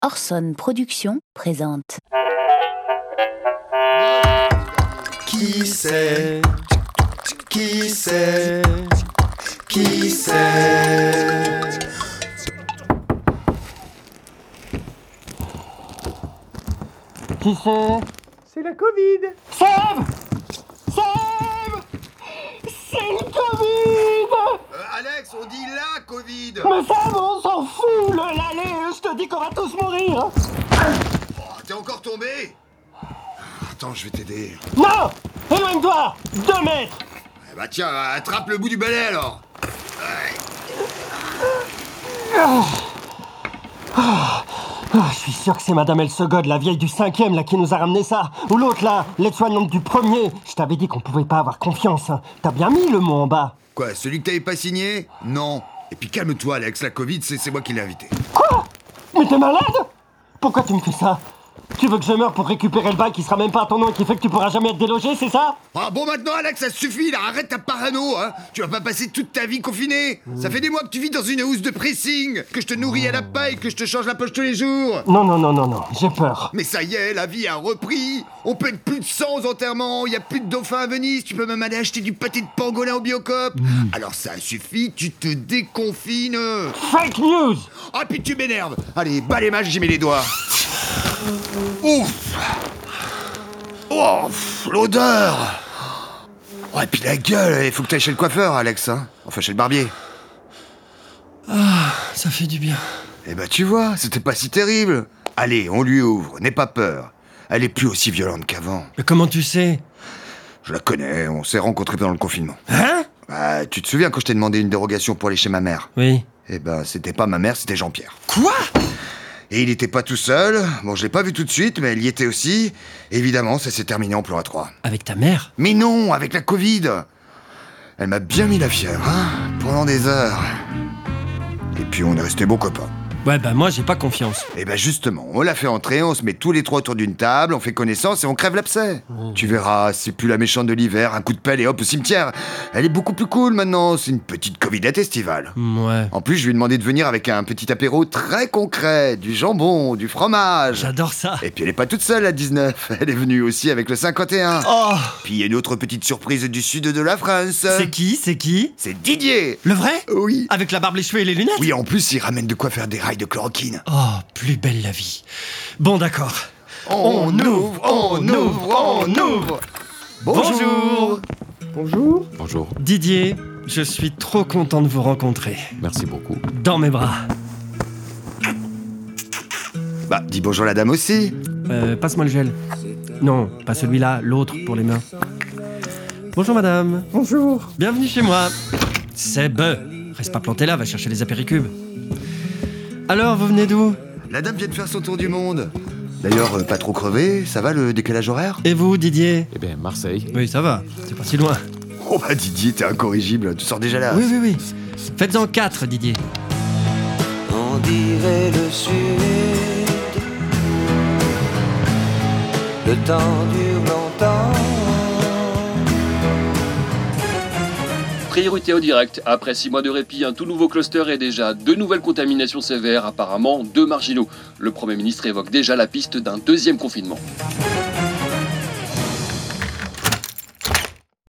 Orson Productions présente. Qui c'est? Qui c'est? Qui c'est? Qui c'est? C'est la Covid. Sève! Sève! C'est le Covid! Alex, on dit la Covid! Mais Sève, on s'en fout, allez, je te dis qu'on va tous mourir! Oh, t'es encore tombé? Attends, je vais t'aider. Non! Éloigne-toi! 2 mètres! Eh bah tiens, attrape le bout du balai alors! Je suis sûr que c'est Madame Elsegod, la vieille du 5e, là, qui nous a ramené ça. Ou l'autre, là, l'aide-soignante du 1er. Je t'avais dit qu'on pouvait pas avoir confiance. Hein. T'as bien mis le mot en bas. Quoi, celui que t'avais pas signé? Non. Et puis calme-toi, Alex, la Covid, c'est moi qui l'ai invité. Quoi? Mais t'es malade? Pourquoi tu me fais ça? Tu veux que je meure pour récupérer le bail qui sera même pas à ton nom et qui fait que tu pourras jamais être délogé, c'est ça? Ah bon, maintenant, Alex, ça suffit, là, arrête ta parano, hein! Tu vas pas passer toute ta vie confiné! Ça fait des mois que tu vis dans une housse de pressing, que je te nourris à la paille, que je te change la poche tous les jours! Non, j'ai peur. Mais ça y est, la vie a repris! On peut être plus de 100 aux enterrements, il y a plus de dauphins à Venise, tu peux même aller acheter du pâté de pangolin au Biocop! Alors ça suffit, tu te déconfines! Fake news! Ah, puis tu m'énerves! Allez, bas les matchs, j'y mets les doigts! Ouf! Oh, l'odeur! Oh, et puis la gueule, il faut que t'ailles chez le coiffeur, Alex, hein? Enfin, chez le barbier. Ça fait du bien. Eh ben, tu vois, c'était pas si terrible. Allez, on lui ouvre, n'aie pas peur. Elle est plus aussi violente qu'avant. Mais comment tu sais? Je la connais, on s'est rencontrés pendant le confinement. Hein? Bah, tu te souviens quand je t'ai demandé une dérogation pour aller chez ma mère? Oui. Eh ben, c'était pas ma mère, c'était Jean-Pierre. Quoi? Et il était pas tout seul. Bon, je l'ai pas vu tout de suite, mais elle y était aussi. Évidemment, ça s'est terminé en plan à 3. Avec ta mère? Mais non, avec la Covid. Elle m'a bien mis la fièvre, hein, pendant des heures. Et puis on est restés bons copains. Ouais, bah moi j'ai pas confiance. Et ben justement, on l'a fait entrer, on se met tous les 3 autour d'une table, on fait connaissance et on crève l'abcès. Tu verras, c'est plus la méchante de l'hiver, un coup de pelle et hop au cimetière. Elle est beaucoup plus cool maintenant, c'est une petite Covidette estivale. Ouais. En plus, je lui ai demandé de venir avec un petit apéro très concret, du jambon, du fromage. J'adore ça. Et puis elle est pas toute seule à 19, elle est venue aussi avec le 51. Oh! Puis il y a une autre petite surprise du sud de la France. C'est qui? C'est Didier. Le vrai? Oui. Avec la barbe, les cheveux et les lunettes? Oui, en plus, il ramène de quoi faire des rails de chloroquine. Oh, plus belle la vie. Bon, d'accord. On ouvre. Bonjour. Bonjour. Bonjour, Didier, je suis trop content de vous rencontrer. merci beaucoup. Dans mes bras. Bah, dis bonjour la dame aussi. Passe-moi le gel. Non, pas celui-là, l'autre pour les mains. Bonjour madame. Bonjour. Bienvenue chez moi. Seb, reste pas planté là, va chercher les apéricubes. Alors, vous venez d'où? La dame vient de faire son tour du monde. D'ailleurs, pas trop crevé, ça va le décalage horaire? Et vous, Didier? Eh bien, Marseille. Oui, ça va, c'est pas si loin. Oh bah Didier, t'es incorrigible, tu sors déjà là. Oui. Faites-en 4, Didier. On dirait le sud. Le temps dure longtemps. Priorité au direct. Après 6 mois de répit, un tout nouveau cluster et déjà 2 nouvelles contaminations sévères, apparemment 2 marginaux. Le Premier ministre évoque déjà la piste d'un 2e confinement.